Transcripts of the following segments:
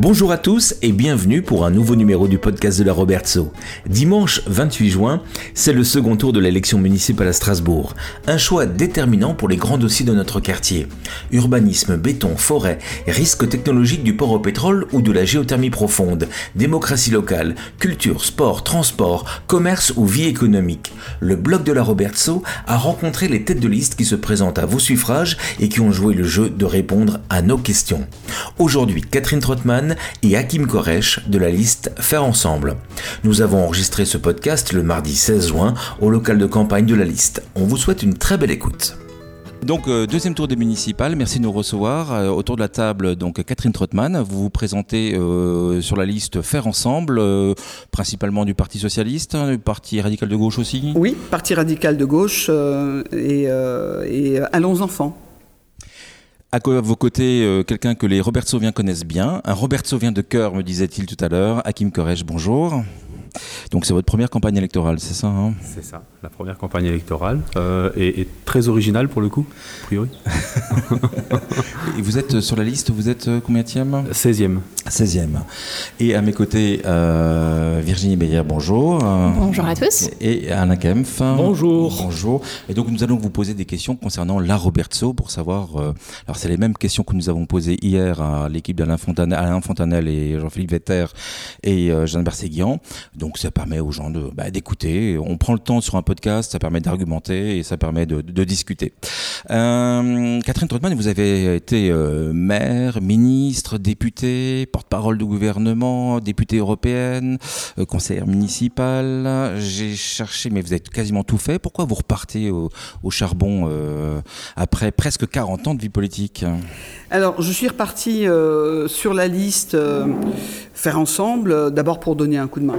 Bonjour à tous et bienvenue pour un nouveau numéro du podcast de la Robertso. Dimanche 28 juin, c'est le second tour de l'élection municipale à Strasbourg. Un choix déterminant pour les grands dossiers de notre quartier. Urbanisme, béton, forêt, risques technologiques du port au pétrole ou de la géothermie profonde, démocratie locale, culture, sport, transport, commerce ou vie économique. Le bloc de la Robertso a rencontré les têtes de liste qui se présentent à vos suffrages et qui ont joué le jeu de répondre à nos questions. Aujourd'hui, Catherine Trottmann et Hakim Koresh de la liste Faire Ensemble. Nous avons enregistré ce podcast le mardi 16 juin au local de campagne de la liste. On vous souhaite une très belle écoute. Donc deuxième tour des municipales, merci de nous recevoir. Autour de la table, donc Catherine Trottmann, vous vous présentez sur la liste Faire Ensemble, principalement du Parti Socialiste, du Parti Radical de Gauche aussi. Oui, Parti Radical de Gauche et Allons Enfants. À vos côtés, quelqu'un que les Robertsoviens connaissent bien, un Robertsovien de cœur, me disait-il tout à l'heure, Hakim Koresh, bonjour. Donc c'est votre première campagne électorale, c'est ça hein? C'est ça, la première campagne électorale, et très originale pour le coup, a priori. Et vous êtes sur la liste, vous êtes combienième ? 16e. 16e. Et à mes côtés, Virginie Beyer, bonjour. Bonjour à tous. Et Alain Kempf. Bonjour. Bonjour. Et donc nous allons vous poser des questions concernant la Robertso pour savoir... alors c'est les mêmes questions que nous avons posées hier à l'équipe d'Alain Fontanel et Jean-Philippe Vetter et Jeanne Berséguian. Donc ça permet aux gens d'écouter. On prend le temps sur un podcast, ça permet d'argumenter et ça permet de discuter. Catherine Trottmann, vous avez été maire, ministre, députée, porte-parole du gouvernement, députée européenne, conseillère municipale. J'ai cherché, mais vous avez quasiment tout fait. Pourquoi vous repartez au charbon après presque 40 ans de vie politique ? Alors, je suis reparti sur la liste Faire Ensemble, d'abord pour donner un coup de main.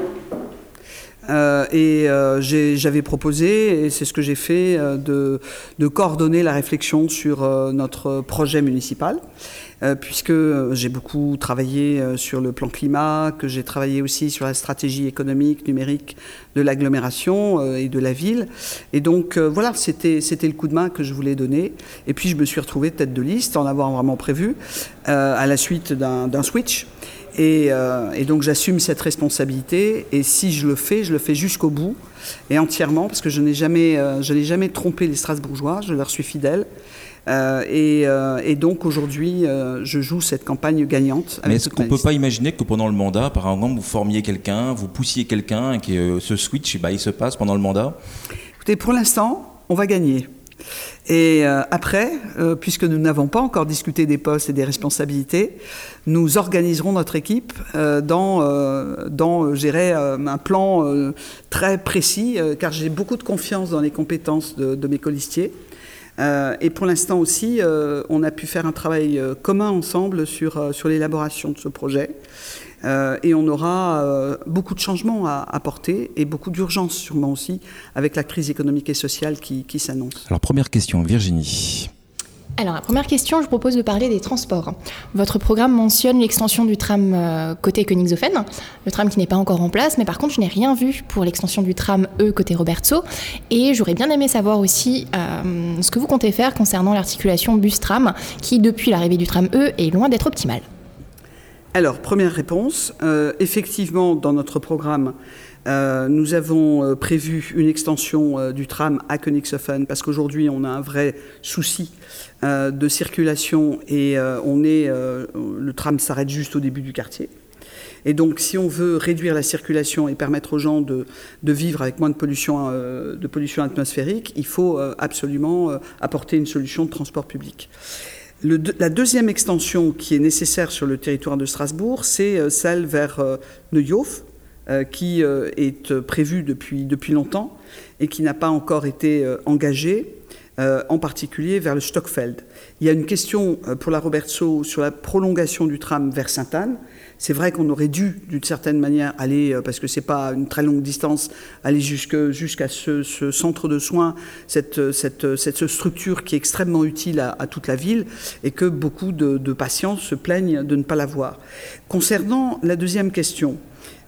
J'avais proposé, et c'est ce que j'ai fait, de coordonner la réflexion sur notre projet municipal, puisque j'ai beaucoup travaillé sur le plan climat, que j'ai travaillé aussi sur la stratégie économique, numérique de l'agglomération et de la ville. Et donc voilà, c'était le coup de main que je voulais donner. Et puis je me suis retrouvé tête de liste, en avoir vraiment prévu, à la suite d'un switch. Et donc j'assume cette responsabilité, et si je le fais jusqu'au bout et entièrement, parce que je n'ai jamais trompé les Strasbourgeois, je leur suis fidèle. Et donc aujourd'hui, je joue cette campagne gagnante. Mais est-ce qu'on ne peut pas imaginer que pendant le mandat, par exemple, vous formiez quelqu'un, vous poussiez quelqu'un, et que ce switch, il se passe pendant le mandat ? Écoutez, pour l'instant, on va gagner. Et après, puisque nous n'avons pas encore discuté des postes et des responsabilités, nous organiserons notre équipe dans un plan très précis, car j'ai beaucoup de confiance dans les compétences de mes colistiers. Et pour l'instant aussi, on a pu faire un travail commun ensemble sur l'élaboration de ce projet. Et on aura beaucoup de changements à apporter et beaucoup d'urgence sûrement aussi avec la crise économique et sociale qui s'annonce. Alors première question, Virginie. Alors, la première question, je propose de parler des transports. Votre programme mentionne l'extension du tram côté Königshofen, le tram qui n'est pas encore en place, mais par contre, je n'ai rien vu pour l'extension du tram E côté Robertso. Et j'aurais bien aimé savoir aussi ce que vous comptez faire concernant l'articulation bus-tram, qui, depuis l'arrivée du tram E, est loin d'être optimale. Alors, première réponse, effectivement, dans notre programme, nous avons prévu une extension du tram à Königshofen, parce qu'aujourd'hui, on a un vrai souci de circulation et le tram s'arrête juste au début du quartier. Et donc, si on veut réduire la circulation et permettre aux gens de vivre avec moins de pollution atmosphérique, il faut absolument apporter une solution de transport public. La deuxième extension qui est nécessaire sur le territoire de Strasbourg, c'est celle vers Neuhof, qui est prévue depuis longtemps et qui n'a pas encore été engagée, en particulier vers le Stockfeld. Il y a une question pour la Robertso sur la prolongation du tram vers Sainte-Anne. C'est vrai qu'on aurait dû, d'une certaine manière, aller, parce que ce n'est pas une très longue distance, aller jusqu'à ce centre de soins, cette structure qui est extrêmement utile à toute la ville et que beaucoup de patients se plaignent de ne pas l'avoir. Concernant la deuxième question,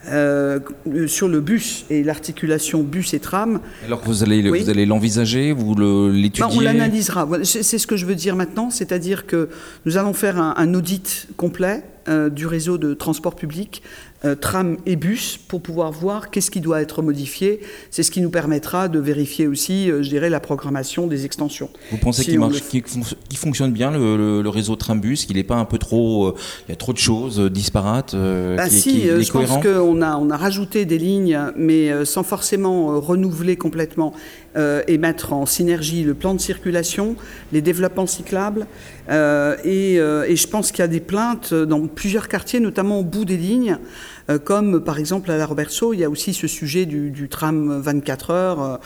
sur le bus et l'articulation bus et tram. Alors vous allez l'envisager, vous l'étudier? On l'analysera. C'est ce que je veux dire maintenant, c'est-à-dire que nous allons faire un audit complet du réseau de transport public, tram et bus, pour pouvoir voir qu'est-ce qui doit être modifié. C'est ce qui nous permettra de vérifier aussi, je dirais, la programmation des extensions. Vous pensez qu'il fonctionne bien le réseau tram-bus, qu'il n'est pas un peu trop... il y a trop de choses disparates je pense qu'on a rajouté des lignes, mais sans forcément renouveler complètement et mettre en synergie le plan de circulation, les développements cyclables. Et je pense qu'il y a des plaintes dans plusieurs quartiers, notamment au bout des lignes, comme par exemple à la Robertsau, il y a aussi ce sujet du tram 24 heures,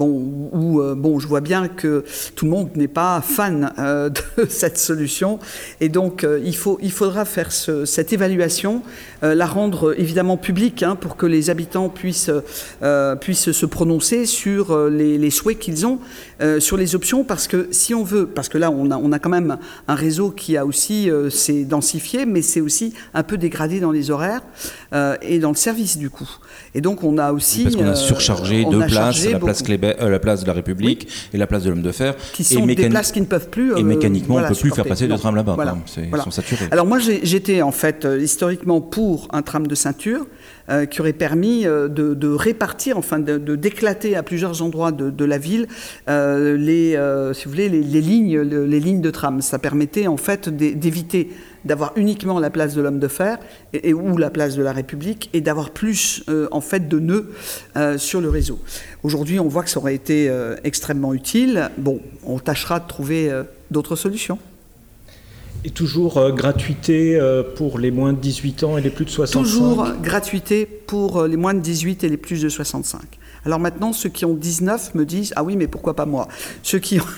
où je vois bien que tout le monde n'est pas fan de cette solution. Et donc il faudra faire cette évaluation, la rendre évidemment publique, pour que les habitants puissent se prononcer sur les souhaits qu'ils ont, sur les options, parce que si on veut, parce que là on a quand même un réseau qui a aussi s'est densifié, mais c'est aussi un peu dégradé dans les horaires et dans le service du coup. Et donc on a aussi... Parce qu'on a surchargé deux places, la place de la République et la place de l'Homme de Fer. Qui sont des places qui ne peuvent plus... et mécaniquement, on ne peut plus faire passer de tram là-bas. Ils sont saturés. Alors moi, j'étais en fait historiquement pour un tram de ceinture qui aurait permis de répartir, enfin d'éclater à plusieurs endroits de la ville si vous voulez, les lignes de tram. Ça permettait en fait d'éviter d'avoir uniquement la place de l'Homme de Fer ou la place de la République et d'avoir plus en fait de nœuds sur le réseau. Aujourd'hui, on voit que ça aurait été extrêmement utile. Bon, on tâchera de trouver d'autres solutions. Et toujours gratuité pour les moins de 18 ans et les plus de 65 ? Toujours gratuité pour les moins de 18 et les plus de 65. Alors maintenant, ceux qui ont 19 me disent « Ah oui, mais pourquoi pas moi ?» Ceux qui ont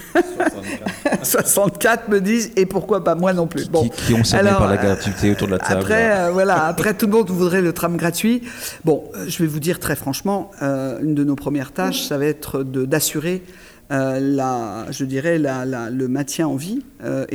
64 me disent « Et pourquoi pas moi non plus ?» Qui ont cerné par la gratuité autour de la table. Après, tout le monde voudrait le tram gratuit. Bon, je vais vous dire très franchement, une de nos premières tâches, ça va être d'assurer le maintien en vie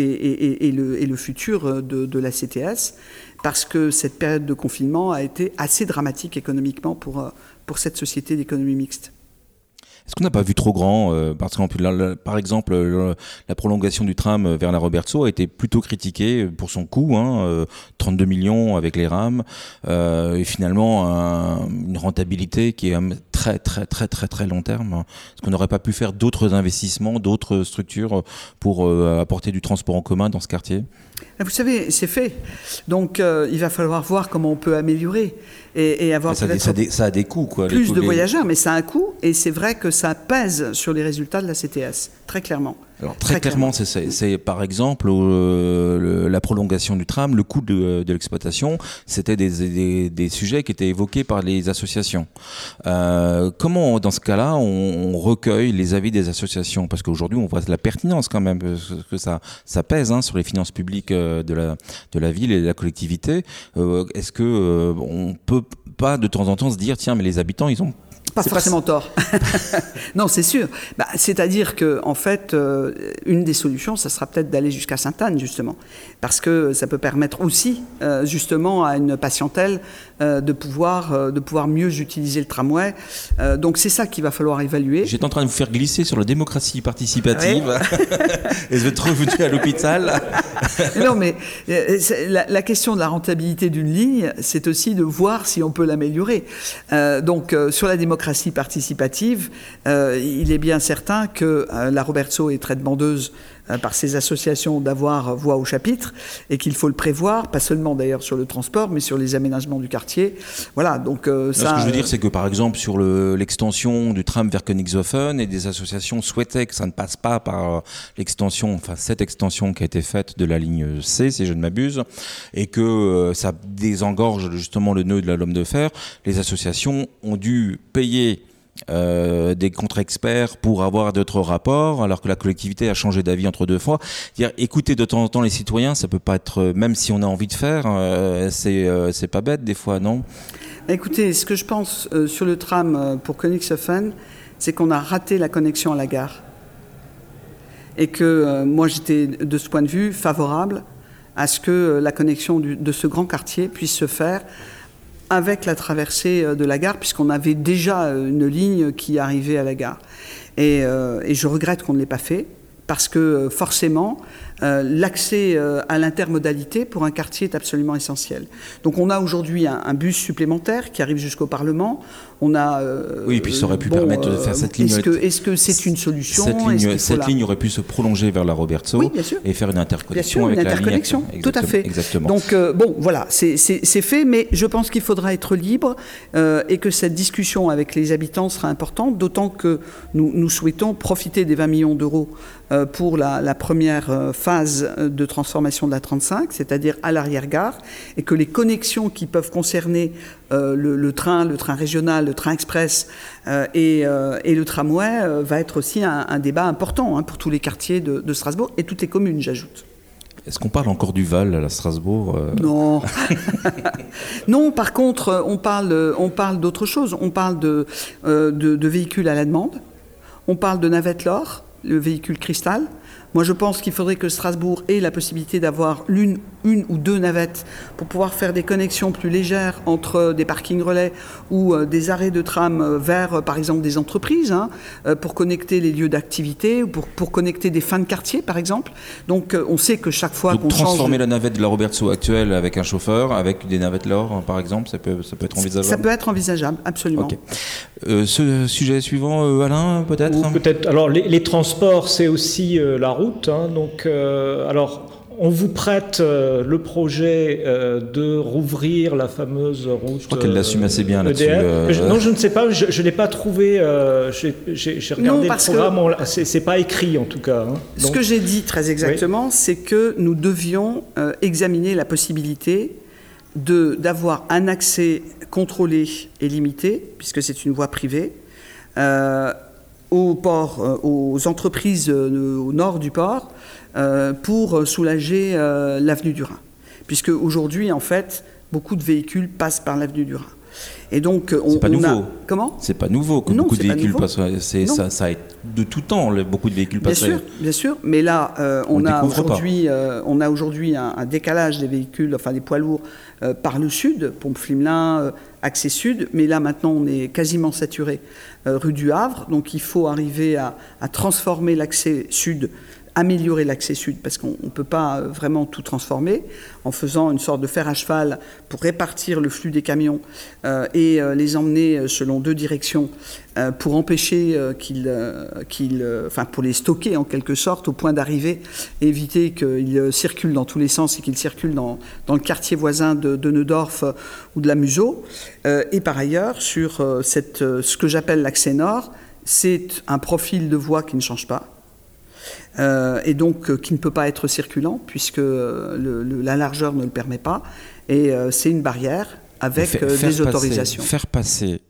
et le futur de la CTS, parce que cette période de confinement a été assez dramatique économiquement pour cette société d'économie mixte. Est-ce qu'on n'a pas vu trop grand parce que par exemple, la prolongation du tram vers la Robertsau a été plutôt critiquée pour son coût, 32 millions avec les rames, et finalement une rentabilité qui est très très très très très long terme. Est-ce qu'on n'aurait pas pu faire d'autres investissements, d'autres structures pour apporter du transport en commun dans ce quartier ? Vous savez, c'est fait. Donc il va falloir voir comment on peut améliorer et avoir ça a des coûts, quoi. Plus de voyageurs, mais ça a un coût, et c'est vrai que ça pèse sur les résultats de la CTS, très clairement. Alors très clairement, c'est par exemple la prolongation du tram, le coût de l'exploitation, c'était des sujets qui étaient évoqués par les associations. Comment, dans ce cas-là, on recueille les avis des associations ? Parce qu'aujourd'hui, on voit la pertinence quand même, parce que ça pèse sur les finances publiques de la ville et de la collectivité. Est-ce que on peut pas de temps en temps se dire, tiens, mais les habitants, ils ont pas forcément tort. Non, c'est sûr. C'est-à-dire que, en fait, une des solutions, ça sera peut-être d'aller jusqu'à Sainte-Anne, justement, parce que ça peut permettre aussi, justement, à une patientèle de pouvoir mieux utiliser le tramway. Donc, c'est ça qu'il va falloir évaluer. J'étais en train de vous faire glisser sur la démocratie participative, et je vais être revenu à l'hôpital. Non, mais la question de la rentabilité d'une ligne, c'est aussi de voir si on peut l'améliorer. Donc, sur la démocratie participative, il est bien certain que la Robertsau est très demandeuse par ces associations d'avoir voix au chapitre, et qu'il faut le prévoir, pas seulement d'ailleurs sur le transport, mais sur les aménagements du quartier. Voilà, donc ça... Ce que je veux dire, c'est que par exemple, sur l'extension du tram vers Königshofen, et des associations souhaitaient que ça ne passe pas par cette extension qui a été faite de la ligne C, si je ne m'abuse, et que ça désengorge justement le nœud de l'Homme de Fer. Les associations ont dû payer des contre-experts pour avoir d'autres rapports, alors que la collectivité a changé d'avis entre deux fois. Dire, écoutez de temps en temps les citoyens, ça peut pas être, même si on a envie de faire, c'est pas bête des fois, non ? Écoutez, ce que je pense sur le tram pour Königshofen, c'est qu'on a raté la connexion à la gare. Et que moi, j'étais de ce point de vue favorable à ce que la connexion de ce grand quartier puisse se faire avec la traversée de la gare, puisqu'on avait déjà une ligne qui arrivait à la gare. Et je regrette qu'on ne l'ait pas fait, parce que forcément, l'accès à l'intermodalité pour un quartier est absolument essentiel. Donc on a aujourd'hui un bus supplémentaire qui arrive jusqu'au Parlement. On a, oui, et puis ça aurait pu permettre de faire cette ligne. Est-ce que c'est une solution? Cette ligne aurait pu se prolonger vers la Robertso, oui, bien sûr, et faire une interconnexion bien sûr, avec la ligne. Tout à fait. Exactement. Donc bon, voilà, c'est fait, mais je pense qu'il faudra être libre et que cette discussion avec les habitants sera importante, d'autant que nous souhaitons profiter des 20 millions d'euros pour la première phase de transformation de la 35, c'est-à-dire à l'arrière-gare, et que les connexions qui peuvent concerner le train régional, le train express et le tramway va être aussi un débat important pour tous les quartiers de Strasbourg et toutes les communes, j'ajoute. Est-ce qu'on parle encore du Val à Strasbourg Non. Non, par contre, on parle d'autre chose. On parle de véhicules à la demande. On parle de navettes LOR, le véhicule cristal. Moi, je pense qu'il faudrait que Strasbourg ait la possibilité d'avoir une ou deux navettes pour pouvoir faire des connexions plus légères entre des parkings relais ou des arrêts de tram vers, par exemple, des entreprises, pour connecter les lieux d'activité ou pour connecter des fins de quartier, par exemple. Donc, on sait que chaque fois qu'on change... Transformer la navette de la Robertso actuelle avec un chauffeur, avec des navettes LOR, par exemple, ça peut être envisageable? Ça peut être envisageable, absolument. Okay. Ce sujet suivant, Alain, peut-être? Ou peut-être. Alors, les transports, c'est aussi la route. Donc, alors... On vous prête le projet de rouvrir la fameuse route. Je crois qu'elle l'assume assez bien là-dessus. Non, je ne sais pas, je ne l'ai pas trouvé. J'ai regardé le programme, c'est pas écrit en tout cas. Donc, ce que j'ai dit très exactement, oui, c'est que nous devions examiner la possibilité d'avoir un accès contrôlé et limité, puisque c'est une voie privée, au port, aux entreprises au nord du port, pour soulager l'avenue du Rhin. Puisque aujourd'hui, en fait, beaucoup de véhicules passent par l'avenue du Rhin. Et donc, c'est pas nouveau. Comment ? C'est pas nouveau que beaucoup de véhicules passent. Ça a été de tout temps, beaucoup de véhicules passent. Bien sûr. Mais là, on a aujourd'hui un décalage des véhicules, enfin des poids lourds, par le sud, Pompe-Flimelin, accès sud. Mais là, maintenant, on est quasiment saturé rue du Havre. Donc, il faut arriver à transformer l'accès sud, améliorer l'accès sud, parce qu'on ne peut pas vraiment tout transformer, en faisant une sorte de fer à cheval pour répartir le flux des camions et les emmener selon deux directions pour empêcher pour les stocker en quelque sorte au point d'arrivée, éviter qu'ils circulent dans tous les sens et qu'ils circulent dans le quartier voisin de Neudorf ou de la Museau. Et par ailleurs, sur ce que j'appelle l'accès nord, c'est un profil de voie qui ne change pas. Et donc qui ne peut pas être circulant puisque la largeur ne le permet pas, et c'est une barrière avec des autorisations. Faire passer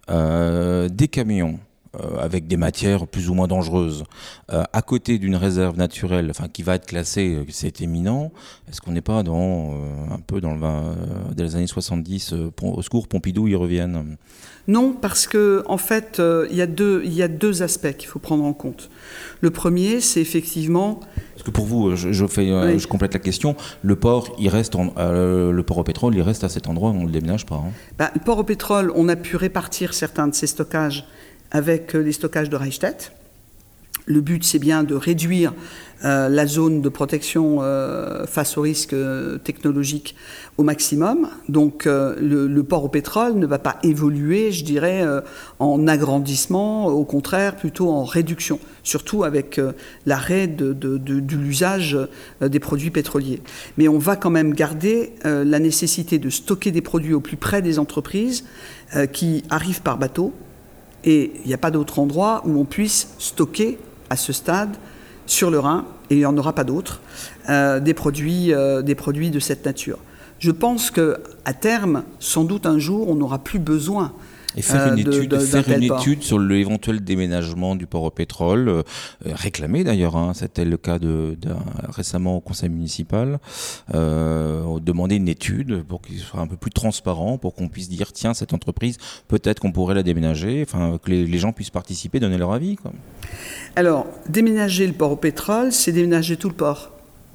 des camions avec des matières plus ou moins dangereuses à côté d'une réserve naturelle, qui va être classée, c'est éminent. Est-ce qu'on n'est pas un peu dans les années 70, au secours Pompidou, ils reviennent? Non, parce que en fait, il y a deux aspects qu'il faut prendre en compte. Le premier, c'est effectivement... Parce que pour vous, je complète la question, le port, le port au pétrole, il reste à cet endroit où on ne le déménage pas. Le port au pétrole, on a pu répartir certains de ces stockages avec les stockages de Reichstätt. Le but, c'est bien de réduire la zone de protection face aux risques technologiques au maximum. Donc, le port au pétrole ne va pas évoluer, je dirais, en agrandissement, au contraire, plutôt en réduction, surtout avec l'arrêt de l'usage des produits pétroliers. Mais on va quand même garder la nécessité de stocker des produits au plus près des entreprises qui arrivent par bateau. Et il n'y a pas d'autre endroit où on puisse stocker à ce stade, sur le Rhin, et il n'y en aura pas d'autres, des produits de cette nature. Je pense qu'à terme, sans doute un jour, on n'aura plus besoin et faire une étude sur l'éventuel déménagement du port au pétrole, réclamé d'ailleurs, c'était le cas récemment au conseil municipal, demander une étude pour qu'il soit un peu plus transparent, pour qu'on puisse dire tiens, cette entreprise, peut-être qu'on pourrait la déménager, que les gens puissent participer, donner leur avis, quoi. Alors, déménager le port au pétrole, c'est déménager tout le port.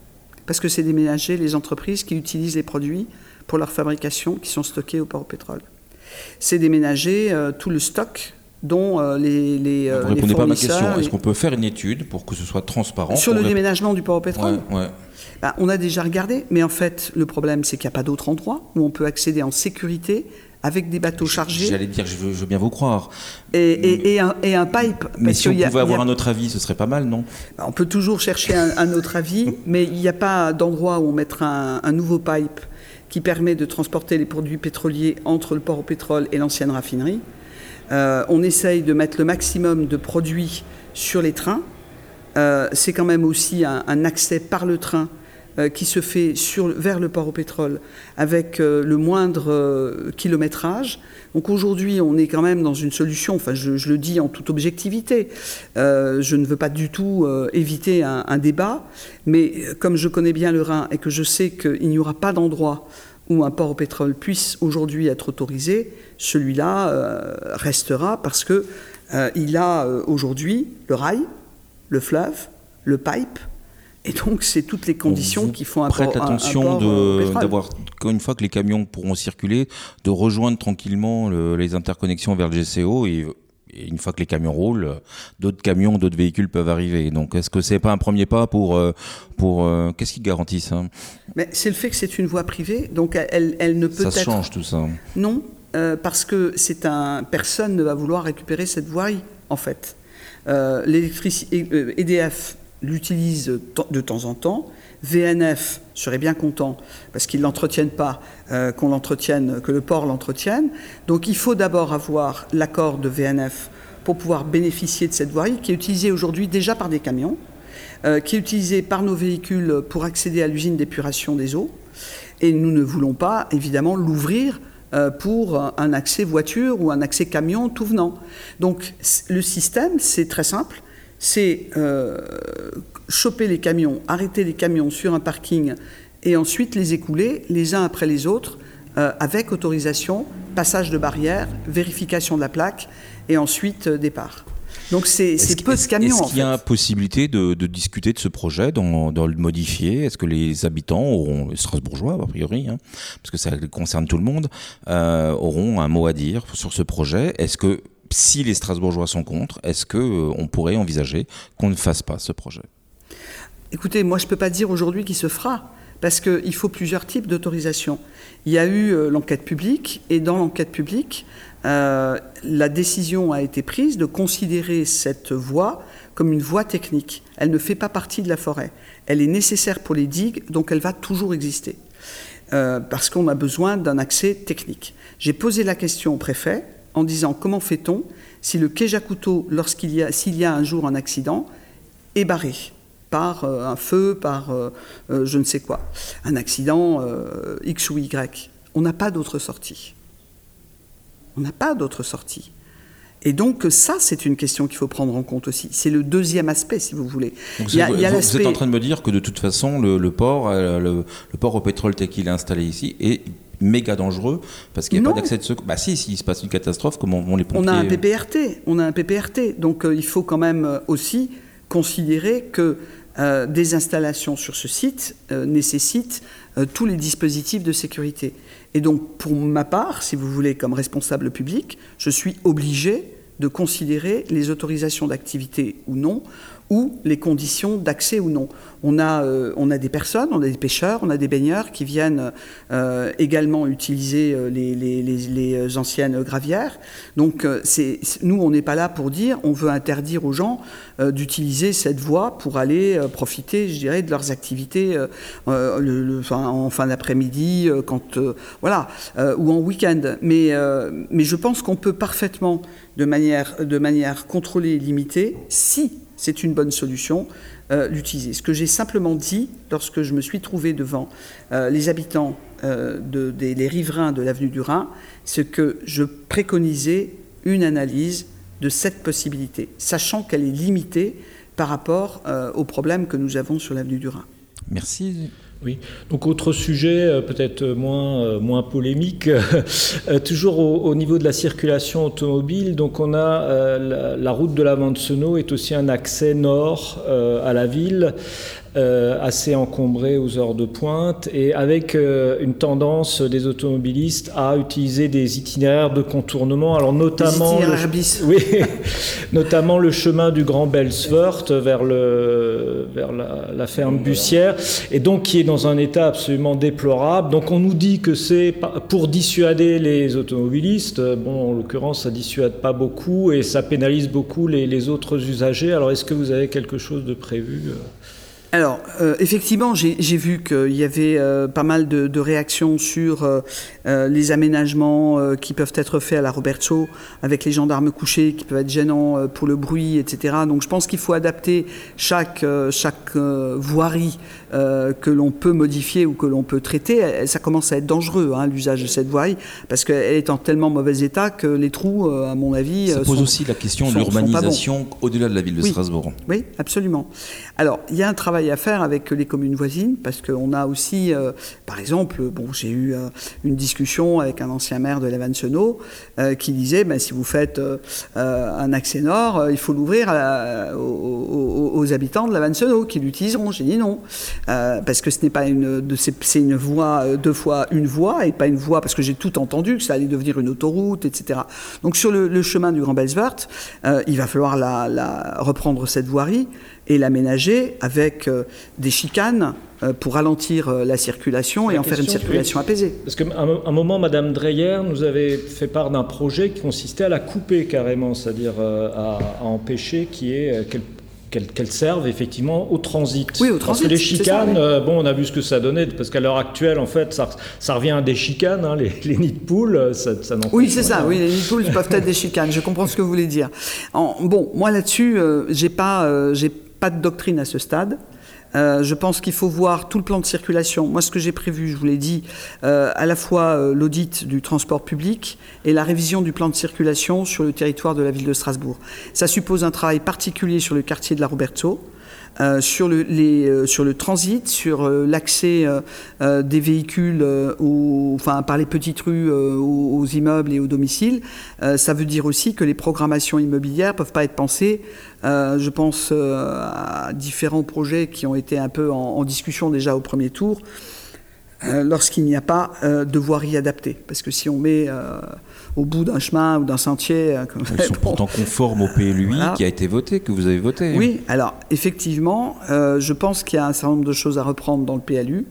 parce que c'est déménager les entreprises qui utilisent les produits pour leur fabrication qui sont stockés au port au pétrole. C'est déménager tout le stock dont les Vous ne répondez pas à ma question. fournisseurs... Est-ce qu'on peut faire une étude pour que ce soit transparent Sur le déménagement du port au pétrole? Ouais. On a déjà regardé, mais en fait, le problème, c'est qu'il n'y a pas d'autre endroit où on peut accéder en sécurité avec des bateaux chargés. J'allais dire, je veux bien vous croire. Et un pipe. Mais si on pouvait avoir un autre avis, ce serait pas mal, non? On peut toujours chercher un autre avis, mais il n'y a pas d'endroit où on mettra un nouveau pipe qui permet de transporter les produits pétroliers entre le port au pétrole et l'ancienne raffinerie. On essaye de mettre le maximum de produits sur les trains. C'est quand même aussi un accès par le train qui se fait vers le port au pétrole avec le moindre kilométrage. Donc aujourd'hui, on est quand même dans une solution, enfin je le dis en toute objectivité, je ne veux pas du tout éviter un débat, mais comme je connais bien le Rhin et que je sais qu'il n'y aura pas d'endroit où un port au pétrole puisse aujourd'hui être autorisé, celui-là restera parce que il a aujourd'hui le rail, le fleuve, le pipe, et donc c'est toutes les conditions qui font un port. Prête attention d'avoir, une fois que les camions pourront circuler, de rejoindre tranquillement les interconnexions vers le GCO et une fois que les camions roulent, d'autres camions, d'autres véhicules peuvent arriver. Donc est-ce que c'est pas un premier pas pour qu'est-ce qui garantit ça? Mais c'est le fait que c'est une voie privée, donc elle ne peut être... Ça change tout ça. Non, parce que personne ne va vouloir récupérer cette voirie, en fait. EDF l'utilise de temps en temps. VNF serait bien content parce qu'ils ne l'entretiennent pas, que le port l'entretienne. Donc il faut d'abord avoir l'accord de VNF pour pouvoir bénéficier de cette voirie qui est utilisée aujourd'hui déjà par des camions, qui est utilisée par nos véhicules pour accéder à l'usine d'épuration des eaux. Et nous ne voulons pas, évidemment, l'ouvrir pour un accès voiture ou un accès camion tout venant. Donc le système, c'est très simple, c'est choper les camions, arrêter les camions sur un parking et ensuite les écouler les uns après les autres avec autorisation, passage de barrière, vérification de la plaque et ensuite départ. Donc c'est peu de camions. Est-ce qu'il y a possibilité de discuter de ce projet, de le modifier? Est-ce que les habitants auront, les Strasbourgeois a priori, parce que ça concerne tout le monde, auront un mot à dire sur ce projet? Est-ce que si les Strasbourgeois sont contre, est-ce qu'on pourrait envisager qu'on ne fasse pas ce projet? Écoutez, moi je ne peux pas dire aujourd'hui qu'il se fera, parce qu'il faut plusieurs types d'autorisations. Il y a eu l'enquête publique, et dans l'enquête publique, la décision a été prise de considérer cette voie comme une voie technique. Elle ne fait pas partie de la forêt. Elle est nécessaire pour les digues, donc elle va toujours exister, parce qu'on a besoin d'un accès technique. J'ai posé la question au préfet en disant comment fait-on si le quai Jacoutot, s'il y a un jour un accident, est barré par un feu, par je ne sais quoi, un accident X ou Y. On n'a pas d'autre sortie. On n'a pas d'autre sortie. Et donc ça, c'est une question qu'il faut prendre en compte aussi. C'est le deuxième aspect, si vous voulez. Donc vous êtes en train de me dire que de toute façon, le port au pétrole tel qu'il est installé ici est méga dangereux parce qu'il n'y a pas d'accès de secours. Bah si, s'il se passe une catastrophe, comment vont les pompiers? On a un PPRT. Donc il faut quand même aussi considérer que des installations sur ce site nécessitent tous les dispositifs de sécurité. Et donc, pour ma part, si vous voulez, comme responsable public, je suis obligé de considérer les autorisations d'activité ou non, ou les conditions d'accès ou non. On a des personnes, on a des pêcheurs, on a des baigneurs qui viennent également utiliser les anciennes gravières. Donc nous, on n'est pas là pour dire on veut interdire aux gens d'utiliser cette voie pour aller profiter, je dirais, de leurs activités en fin d'après-midi, ou en week-end. Mais je pense qu'on peut parfaitement, de manière contrôlée et limitée, si c'est une bonne solution, l'utiliser. Ce que j'ai simplement dit lorsque je me suis trouvé devant les habitants les riverains de l'avenue du Rhin, c'est que je préconisais une analyse de cette possibilité, sachant qu'elle est limitée par rapport aux problèmes que nous avons sur l'avenue du Rhin. Merci. Oui, donc autre sujet peut-être moins polémique, toujours au niveau de la circulation automobile, donc on a la route de la Mancenau est aussi un accès nord à la ville, assez encombré aux heures de pointe et avec une tendance des automobilistes à utiliser des itinéraires de contournement, alors notamment notamment le chemin du Grand Belswörth vers la ferme Bussière, et donc qui est dans un état absolument déplorable. Donc on nous dit que c'est pour dissuader les automobilistes. Bon, en l'occurrence, ça dissuade pas beaucoup et ça pénalise beaucoup les autres usagers. Alors est-ce que vous avez quelque chose de prévu ? Alors, effectivement, j'ai vu qu'il y avait pas mal de réactions sur les aménagements qui peuvent être faits à la Robertsau avec les gendarmes couchés qui peuvent être gênants pour le bruit, etc. Donc, je pense qu'il faut adapter chaque voirie que l'on peut modifier ou que l'on peut traiter. Ça commence à être dangereux, l'usage de cette voirie, parce qu'elle est en tellement mauvais état que les trous, à mon avis... Ça pose aussi la question de l'urbanisation au-delà de la ville de Strasbourg. Oui, absolument. Alors, il y a un travail à faire avec les communes voisines, parce qu'on a aussi, par exemple, j'ai eu une discussion avec un ancien maire de la Mancenau qui disait, si vous faites un accès nord, il faut l'ouvrir aux habitants de la Mancenau qui l'utiliseront. J'ai dit non, parce que ce n'est pas c'est une voie, 2 fois une voie, et pas une voie, parce que j'ai tout entendu, que ça allait devenir une autoroute, etc. Donc sur le chemin du Grand Belswörth, il va falloir reprendre cette voirie et l'aménager avec des chicanes pour ralentir la circulation et en faire une circulation apaisée. Parce qu'à un moment, Madame Dreyer nous avait fait part d'un projet qui consistait à la couper carrément, c'est-à-dire à empêcher qu'elle serve effectivement au transit. Oui, au transit. Parce que les chicanes, on a vu ce que ça donnait, parce qu'à l'heure actuelle, en fait, ça revient à des chicanes, les nids de poules, ça n'en Oui, c'est ça, oui, les nids de poules peuvent être des chicanes, je comprends ce que vous voulez dire. Moi là-dessus, j'ai pas de doctrine à ce stade. Je pense qu'il faut voir tout le plan de circulation. Moi, ce que j'ai prévu, je vous l'ai dit, à la fois l'audit du transport public et la révision du plan de circulation sur le territoire de la ville de Strasbourg. Ça suppose un travail particulier sur le quartier de la Robertsau, sur le transit, sur l'accès des véhicules par les petites rues aux immeubles et aux domiciles. Ça veut dire aussi que les programmations immobilières ne peuvent pas être pensées. Je pense à différents projets qui ont été un peu en discussion déjà au premier tour, lorsqu'il n'y a pas de voirie adaptée. Parce que si on met au bout d'un chemin ou d'un sentier... Ils sont pourtant conformes au PLUI qui a été voté, que vous avez voté. Oui, alors effectivement, je pense qu'il y a un certain nombre de choses à reprendre dans le PLU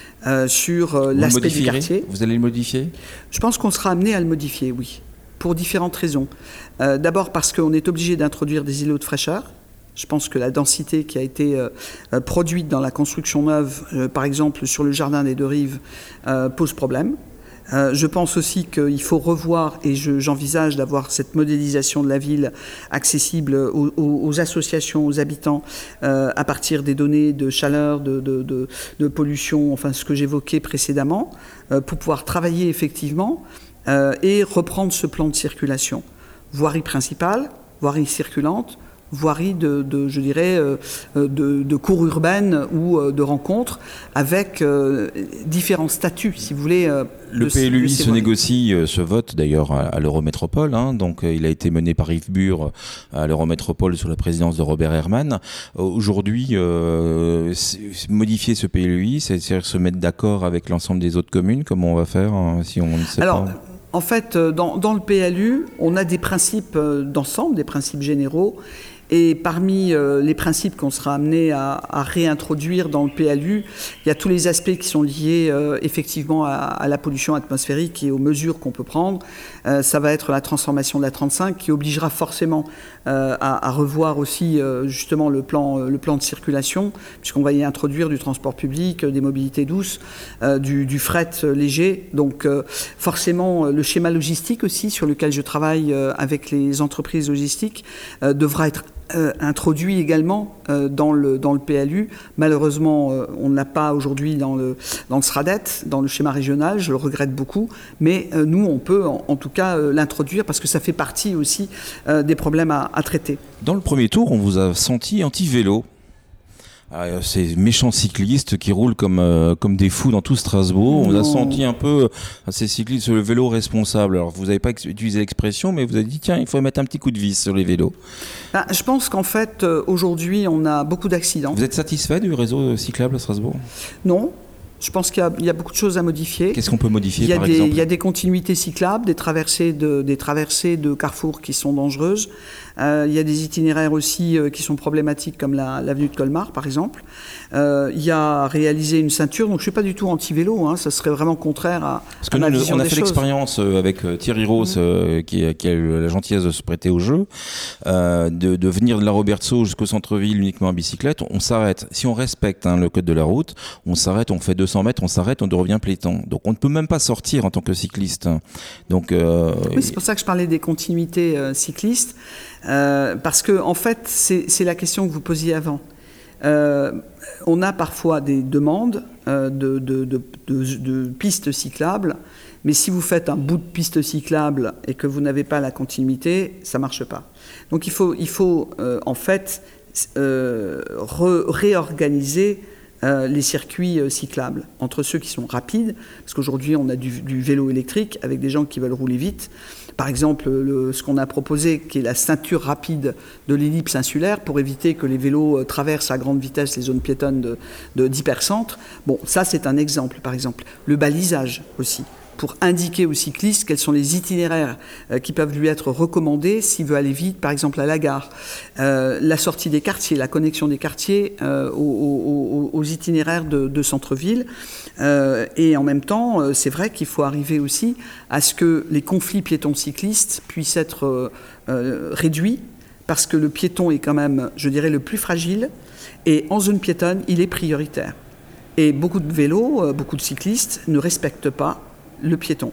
sur l'aspect du quartier. Vous allez le modifier ? Je pense qu'on sera amené à le modifier, oui, pour différentes raisons. D'abord parce qu'on est obligé d'introduire des îlots de fraîcheur. Je pense que la densité qui a été produite dans la construction neuve, par exemple sur le jardin des Deux Rives, pose problème. Je pense aussi qu'il faut revoir, et j'envisage d'avoir cette modélisation de la ville accessible aux associations, aux habitants, à partir des données de chaleur, de pollution, enfin ce que j'évoquais précédemment, pour pouvoir travailler effectivement et reprendre ce plan de circulation. Voirie principale, voirie circulante, voirie de cours urbaines ou de rencontres avec différents statuts, si vous voulez. Le PLUI se négocie, se vote d'ailleurs à l'Eurométropole, donc il a été mené par Yves Bure à l'Eurométropole sous la présidence de Robert Herrmann. Aujourd'hui, modifier ce PLUI, c'est-à-dire se mettre d'accord avec l'ensemble des autres communes, comment on va faire si on ne sait pas. En fait, dans le PLU, on a des principes d'ensemble, des principes généraux. Et parmi les principes qu'on sera amené à réintroduire dans le PLU, il y a tous les aspects qui sont liés effectivement à la pollution atmosphérique et aux mesures qu'on peut prendre. Ça va être la transformation de la 35 qui obligera forcément à revoir aussi justement le plan de circulation, puisqu'on va y introduire du transport public, des mobilités douces, du fret léger. Donc forcément, le schéma logistique aussi, sur lequel je travaille avec les entreprises logistiques, devra être introduit également dans le PLU. Malheureusement, on ne l'a pas aujourd'hui dans le SRADET, dans le schéma régional, je le regrette beaucoup, mais nous, on peut en tout cas l'introduire parce que ça fait partie aussi des problèmes à traiter. Dans le premier tour, on vous a senti anti-vélo. ces méchants cyclistes qui roulent comme des fous dans tout Strasbourg. On a senti un peu ces cyclistes le vélo responsable. Alors vous n'avez pas utilisé l'expression, mais vous avez dit tiens, il faut mettre un petit coup de vis sur les vélos. Je pense qu'en fait, aujourd'hui, on a beaucoup d'accidents. Vous êtes satisfait du réseau cyclable à Strasbourg ? Non. Je pense qu'il y a beaucoup de choses à modifier. Qu'est-ce qu'on peut modifier, par exemple ? Il y a des continuités cyclables, des traversées de carrefours qui sont dangereuses. Il y a des itinéraires aussi qui sont problématiques, comme l'avenue de Colmar, par exemple. Il y a réalisé une ceinture, donc je ne suis pas du tout anti-vélo, ça serait vraiment contraire à ma vision des choses. On a fait l'expérience avec Thierry Ross, qui a eu la gentillesse de se prêter au jeu, de venir de la Robertso jusqu'au centre-ville uniquement en bicyclette. On s'arrête, si on respecte le code de la route, on s'arrête, on fait 200 mètres, on s'arrête, on revient piéton. Donc on ne peut même pas sortir en tant que cycliste. Donc, oui, c'est pour ça que je parlais des continuités cyclistes, parce que en fait, c'est la question que vous posiez avant. On a parfois des demandes de pistes cyclables, mais si vous faites un bout de piste cyclable et que vous n'avez pas la continuité, ça ne marche pas. Donc il faut en fait réorganiser les circuits cyclables entre ceux qui sont rapides, parce qu'aujourd'hui on a du vélo électrique avec des gens qui veulent rouler vite. Par exemple, ce qu'on a proposé, qui est la ceinture rapide de l'ellipse insulaire, pour éviter que les vélos traversent à grande vitesse les zones piétonnes d'hypercentre. Bon, ça c'est un exemple, par exemple. Le balisage aussi, pour indiquer aux cyclistes quels sont les itinéraires qui peuvent lui être recommandés s'il veut aller vite, par exemple à la gare. La sortie des quartiers, la connexion des quartiers aux itinéraires de centre-ville. Et en même temps, c'est vrai qu'il faut arriver aussi à ce que les conflits piétons-cyclistes puissent être réduits, parce que le piéton est quand même, je dirais, le plus fragile, et en zone piétonne, il est prioritaire. Et beaucoup de vélos, beaucoup de cyclistes ne respectent pas le piéton.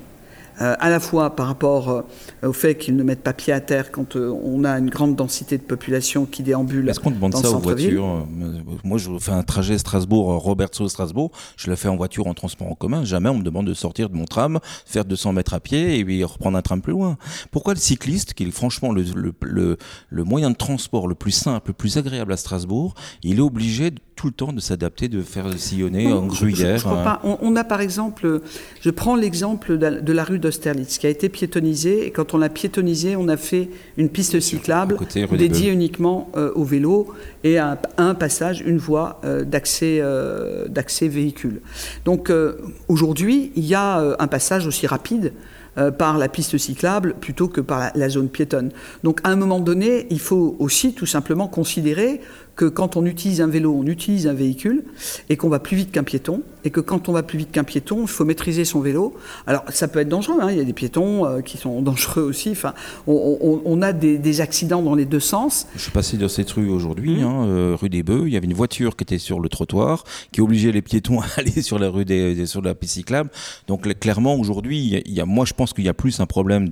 À la fois par rapport au fait qu'ils ne mettent pas pied à terre quand on a une grande densité de population qui déambule. Est-ce qu'on demande dans ça le aux centre-ville ? voitures ? Moi, je fais un trajet Strasbourg-Robertso-Strasbourg. Je le fais en voiture, en transport en commun. Jamais on me demande de sortir de mon tram, faire 200 mètres à pied et puis reprendre un tram plus loin. Pourquoi le cycliste, qui est franchement le moyen de transport le plus simple, le plus agréable à Strasbourg, il est obligé tout le temps de s'adapter, de faire sillonner en gruyère? Je crois pas. On a par exemple, je prends l'exemple de la rue d'Austerlitz qui a été piétonnisée, et quand on l'a piétonnisée, on a fait une piste cyclable dédiée uniquement au vélo et à un passage, une voie d'accès véhicule. Donc aujourd'hui, il y a un passage aussi rapide par la piste cyclable plutôt que par la zone piétonne. Donc à un moment donné, il faut aussi tout simplement considérer que quand on utilise un vélo, on utilise un véhicule, et qu'on va plus vite qu'un piéton, et que quand on va plus vite qu'un piéton, il faut maîtriser son vélo. Alors ça peut être dangereux, il y a des piétons qui sont dangereux aussi, enfin, on a des accidents dans les deux sens. Je suis passé dans cette rue aujourd'hui, rue des Bœufs, il y avait une voiture qui était sur le trottoir, qui obligeait les piétons à aller sur la rue sur la piste cyclable. Donc clairement aujourd'hui, moi je pense qu'il y a plus un problème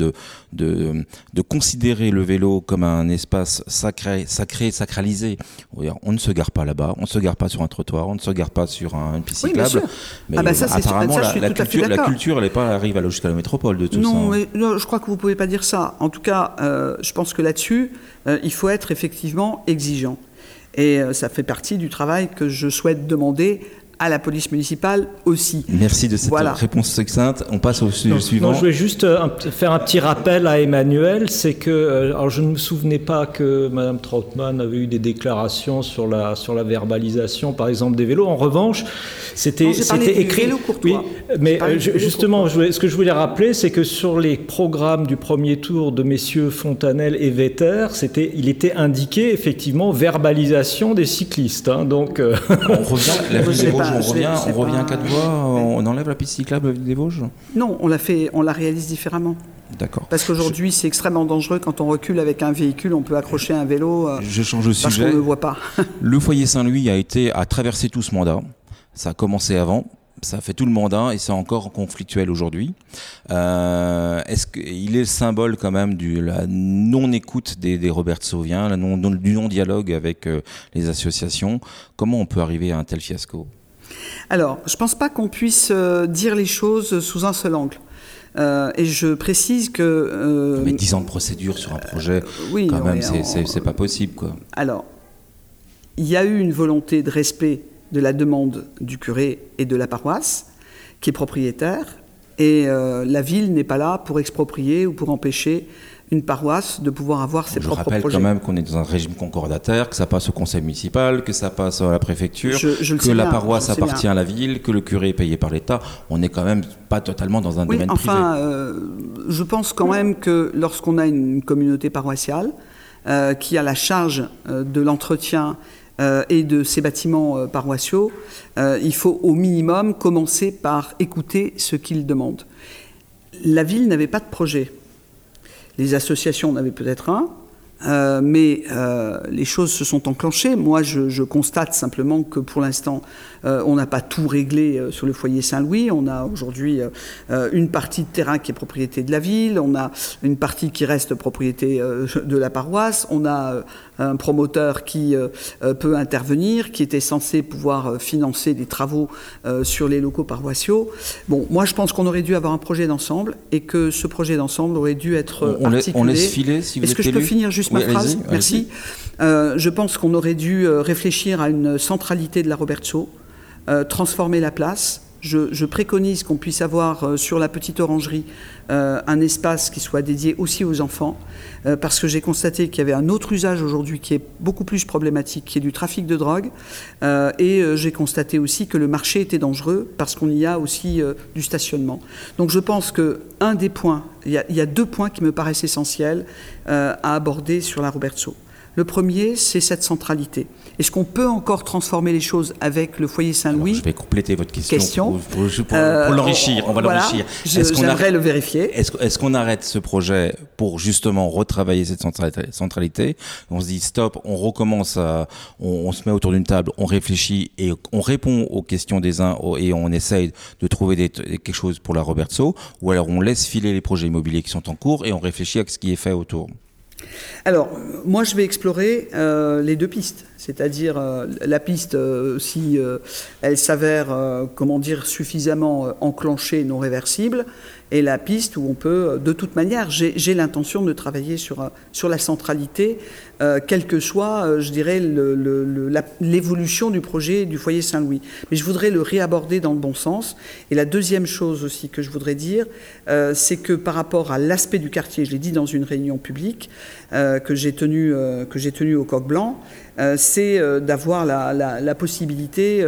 de considérer le vélo comme un espace sacré, sacralisé. On ne se gare pas là-bas, on ne se gare pas sur un trottoir, on ne se gare pas sur une piste cyclable. Mais apparemment, la culture, elle arrive jusqu'à la métropole de tout ça. Non, je crois que vous ne pouvez pas dire ça. En tout cas, je pense que là-dessus, il faut être effectivement exigeant. Et ça fait partie du travail que je souhaite demander à la police municipale aussi. Merci de cette réponse succincte. On passe au sujet suivant. Je voulais juste faire un petit rappel à Emmanuel, c'est que alors je ne me souvenais pas que Madame Trautmann avait eu des déclarations sur la verbalisation, par exemple, des vélos. En revanche, c'était écrit. Oui, mais justement, ce que je voulais rappeler, c'est que sur les programmes du premier tour de messieurs Fontanelle et Vetter, il était indiqué effectivement verbalisation des cyclistes. Donc on revient. La rue des Vosges, on revient à 4 voies, on enlève la piste cyclable des Vosges ? Non, on la réalise différemment. D'accord. Parce qu'aujourd'hui, c'est extrêmement dangereux. Quand on recule avec un véhicule, on peut accrocher un vélo. Je change de sujet. Parce qu'on ne le voit pas. Le foyer Saint-Louis a traversé tout ce mandat. Ça a commencé avant. Ça fait tout le mandat et c'est encore conflictuel aujourd'hui. Est-ce qu'il est le symbole quand même de la non-écoute des Robertsoviens, du non-dialogue avec les associations? Comment on peut arriver à un tel fiasco? Alors, je ne pense pas qu'on puisse dire les choses sous un seul angle. Et je précise que... Mais 10 ans de procédure sur un projet, quand même, c'est pas possible, quoi. Alors, il y a eu une volonté de respect de la demande du curé et de la paroisse, qui est propriétaire, et la ville n'est pas là pour exproprier ou pour empêcher une paroisse de pouvoir avoir ses propres projets. Je rappelle quand même qu'on est dans un régime concordataire, que ça passe au conseil municipal, que ça passe à la préfecture, que la paroisse appartient à la ville, que le curé est payé par l'État. On n'est quand même pas totalement dans un domaine privé. Je pense quand même que lorsqu'on a une communauté paroissiale qui a la charge de l'entretien et de ces bâtiments paroissiaux, il faut au minimum commencer par écouter ce qu'ils demandent. La ville n'avait pas de projet. Les associations en avaient peut-être un, mais les choses se sont enclenchées. Moi, je constate simplement que pour l'instant, on n'a pas tout réglé sur le foyer Saint-Louis. On a aujourd'hui une partie de terrain qui est propriété de la ville, on a une partie qui reste propriété de la paroisse, on a un promoteur qui peut intervenir, qui était censé pouvoir financer des travaux sur les locaux paroissiaux. Bon, moi, je pense qu'on aurait dû avoir un projet d'ensemble et que ce projet d'ensemble aurait dû être articulé. On laisse filer si vous êtes élu. Est-ce que je peux finir juste ma phrase ? Merci. Je pense qu'on aurait dû réfléchir à une centralité de la Robertsau, transformer la place. Je préconise qu'on puisse avoir sur la petite orangerie un espace qui soit dédié aussi aux enfants, parce que j'ai constaté qu'il y avait un autre usage aujourd'hui qui est beaucoup plus problématique, qui est du trafic de drogue, et j'ai constaté aussi que le marché était dangereux parce qu'on y a aussi du stationnement. Donc je pense qu'un des points, il y a 2 points qui me paraissent essentiels à aborder sur la Robertsau. Le premier, c'est cette centralité. Est-ce qu'on peut encore transformer les choses avec le foyer Saint-Louis ? Je vais compléter votre question pour l'enrichir. On va l'enrichir. J'aimerais le vérifier. Est-ce qu'on arrête ce projet pour justement retravailler cette centralité ? On se dit stop, on recommence, on se met autour d'une table, on réfléchit et on répond aux questions des uns et on essaye de trouver quelque chose pour la Robertsau, ou alors on laisse filer les projets immobiliers qui sont en cours et on réfléchit à ce qui est fait autour. Alors, moi, je vais explorer les 2 pistes, c'est-à-dire la piste, si elle s'avère, suffisamment enclenchée, non réversible, et la piste où on peut, de toute manière, j'ai l'intention de travailler sur la centralité, quelle que soit, je dirais, l'évolution du projet du foyer Saint-Louis. Mais je voudrais le réaborder dans le bon sens. Et la deuxième chose aussi que je voudrais dire, c'est que par rapport à l'aspect du quartier, je l'ai dit dans une réunion publique que j'ai tenue au Coq Blanc, c'est d'avoir la possibilité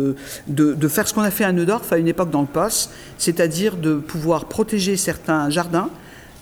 de faire ce qu'on a fait à Neudorf à une époque dans le POS, c'est-à-dire de pouvoir protéger certains jardins,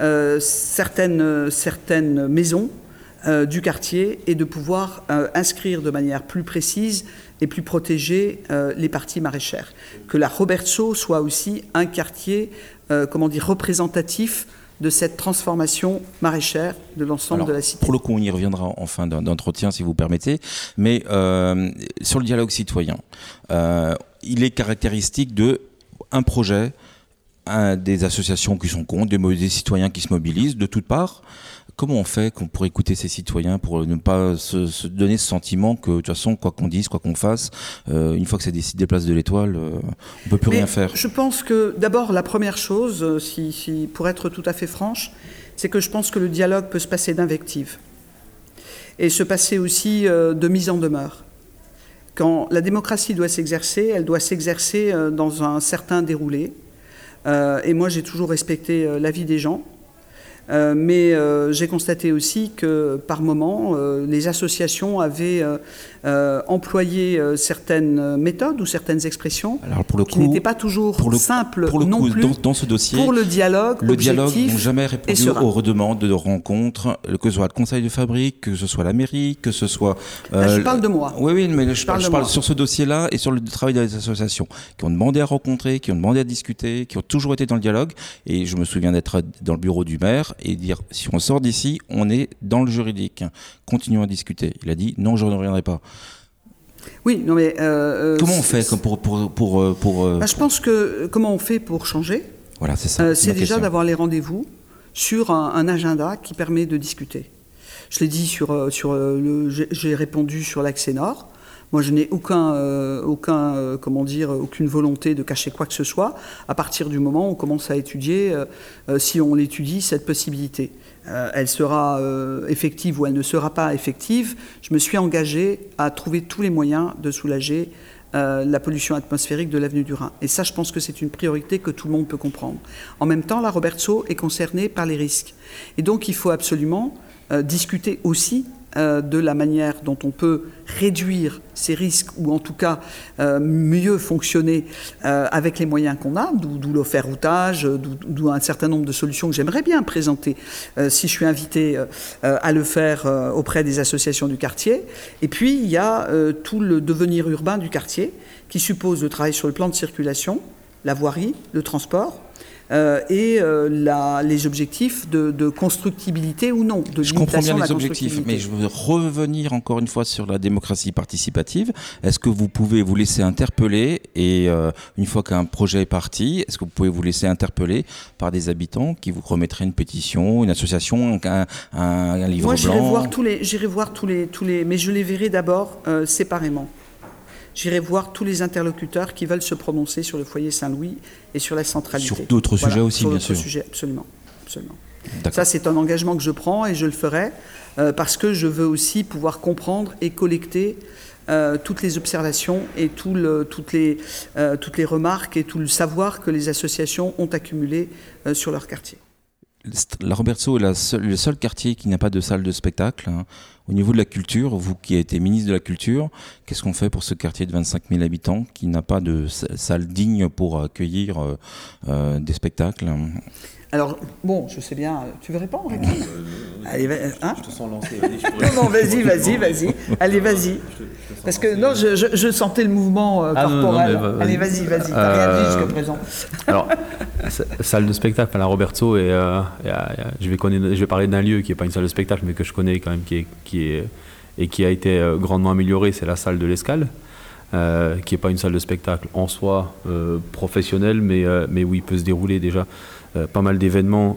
certaines maisons du quartier et de pouvoir inscrire de manière plus précise et plus protégée les parties maraîchères. Que la Robertsau soit aussi un quartier représentatif de cette transformation maraîchère de l'ensemble de la cité. Pour le coup, on y reviendra en fin d'entretien, si vous permettez. Mais sur le dialogue citoyen, il est caractéristique d'un projet, des associations qui sont contre, des citoyens qui se mobilisent de toutes parts. Comment on fait pour écouter ces citoyens, pour ne pas se donner ce sentiment que, de toute façon, quoi qu'on dise, quoi qu'on fasse, une fois que c'est décidé des places de l'Étoile, on ne peut plus rien faire. Je pense que, d'abord, la première chose, pour être tout à fait franche, c'est que je pense que le dialogue peut se passer d'invective et se passer aussi de mise en demeure. Quand la démocratie doit s'exercer, elle doit s'exercer dans un certain déroulé. Et moi, j'ai toujours respecté l'avis des gens. Mais j'ai constaté aussi que par moment, les associations avaient employé certaines méthodes ou certaines expressions qui n'étaient pas toujours simples non plus dans ce dossier, pour le dialogue objectif n'ont jamais répondu aux demandes de rencontres, que ce soit le conseil de fabrique, que ce soit la mairie, que ce soit... je parle de moi. Oui, mais je parle sur ce dossier-là et sur le travail des associations qui ont demandé à rencontrer, qui ont demandé à discuter, qui ont toujours été dans le dialogue. Et je me souviens d'être dans le bureau du maire et dire, si on sort d'ici, on est dans le juridique. Continuons à discuter. Il a dit, non, je ne reviendrai pas. Oui, non mais... comment on fait je pense que comment on fait pour changer ? Voilà, c'est ça. C'est déjà d'avoir les rendez-vous sur un agenda qui permet de discuter. Je l'ai dit j'ai répondu sur l'accès nord. Moi, je n'ai aucune volonté de cacher quoi que ce soit, à partir du moment où on commence à étudier, si on l'étudie, cette possibilité. Elle sera effective ou elle ne sera pas effective. Je me suis engagé à trouver tous les moyens de soulager la pollution atmosphérique de l'avenue du Rhin. Et ça, je pense que c'est une priorité que tout le monde peut comprendre. En même temps, la Robertsau est concernée par les risques. Et donc, il faut absolument discuter aussi de la manière dont on peut réduire ces risques, ou en tout cas mieux fonctionner avec les moyens qu'on a, d'où le ferroutage, d'où un certain nombre de solutions que j'aimerais bien présenter si je suis invité à le faire auprès des associations du quartier. Et puis il y a tout le devenir urbain du quartier qui suppose de travailler sur le plan de circulation, la voirie, le transport, et les objectifs de constructibilité ou non, de je comprends bien limitation de les la objectifs, mais je veux revenir encore une fois sur la démocratie participative. Est-ce que vous pouvez vous laisser interpeller et une fois qu'un projet est parti, est-ce que vous pouvez vous laisser interpeller par des habitants qui vous remettraient une pétition, une association, un livre blanc? Moi, j'irai voir tous les, mais je les verrai d'abord séparément. J'irai voir tous les interlocuteurs qui veulent se prononcer sur le foyer Saint-Louis et sur la centralité. Sur d'autres sujets aussi, bien sûr. Sur d'autres sujets, absolument. Ça, c'est un engagement que je prends et je le ferai parce que je veux aussi pouvoir comprendre et collecter toutes les observations et toutes les remarques et tout le savoir que les associations ont accumulé sur leur quartier. La Robertsau est le seul quartier qui n'a pas de salle de spectacle. Au niveau de la culture, vous qui avez été ministre de la Culture, qu'est-ce qu'on fait pour ce quartier de 25 000 habitants qui n'a pas de salle digne pour accueillir des spectacles? Alors, bon, je sais bien, tu veux répondre? Allez, hein? Je te sens lancé. Non, vas-y. Allez, vas-y. Parce que, non, je sentais le mouvement corporel. Non, allez, vas-y, t'as rien dit jusqu'à présent. Alors, salle de spectacle à la Robertsau, je vais parler d'un lieu qui n'est pas une salle de spectacle, mais que je connais quand même, qui a été grandement amélioré, c'est la salle de l'Escale. Qui n'est pas une salle de spectacle en soi professionnelle, mais où il peut se dérouler déjà pas mal d'événements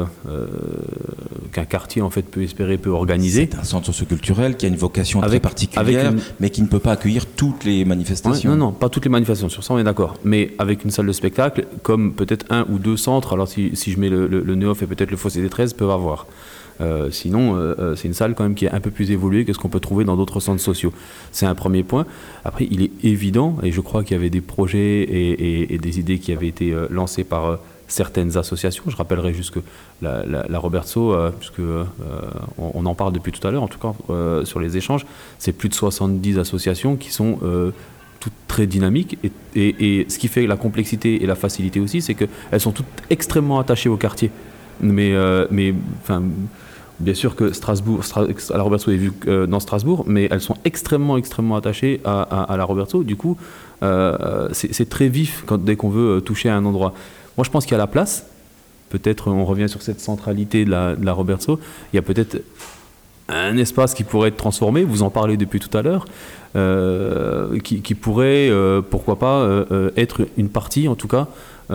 qu'un quartier en fait peut organiser. C'est un centre socioculturel qui a une vocation très particulière, mais qui ne peut pas accueillir toutes les manifestations. Ouais, non, pas toutes les manifestations, sur ça on est d'accord. Mais avec une salle de spectacle, comme peut-être un ou deux centres, alors si je mets le Neuf et peut-être le Fossé des 13 peuvent avoir. Sinon, c'est une salle quand même qui est un peu plus évoluée que ce qu'on peut trouver dans d'autres centres sociaux. C'est un premier point. Après, il est évident, et je crois qu'il y avait des projets et des idées qui avaient été lancées par certaines associations. Je rappellerai juste que la Robertsau, puisque on en parle depuis tout à l'heure, en tout cas sur les échanges, c'est plus de 70 associations qui sont toutes très dynamiques. Et ce qui fait la complexité et la facilité aussi, c'est qu'elles sont toutes extrêmement attachées au quartier. Mais bien sûr que la Robertsau est vue dans Strasbourg, mais elles sont extrêmement attachées à la Robertsau. Du coup, c'est très vif dès qu'on veut toucher à un endroit. Moi, je pense qu'il y a la place. Peut-être, on revient sur cette centralité de la Robertsau. Il y a peut-être un espace qui pourrait être transformé. Vous en parlez depuis tout à l'heure, qui pourrait, pourquoi pas, être une partie, en tout cas.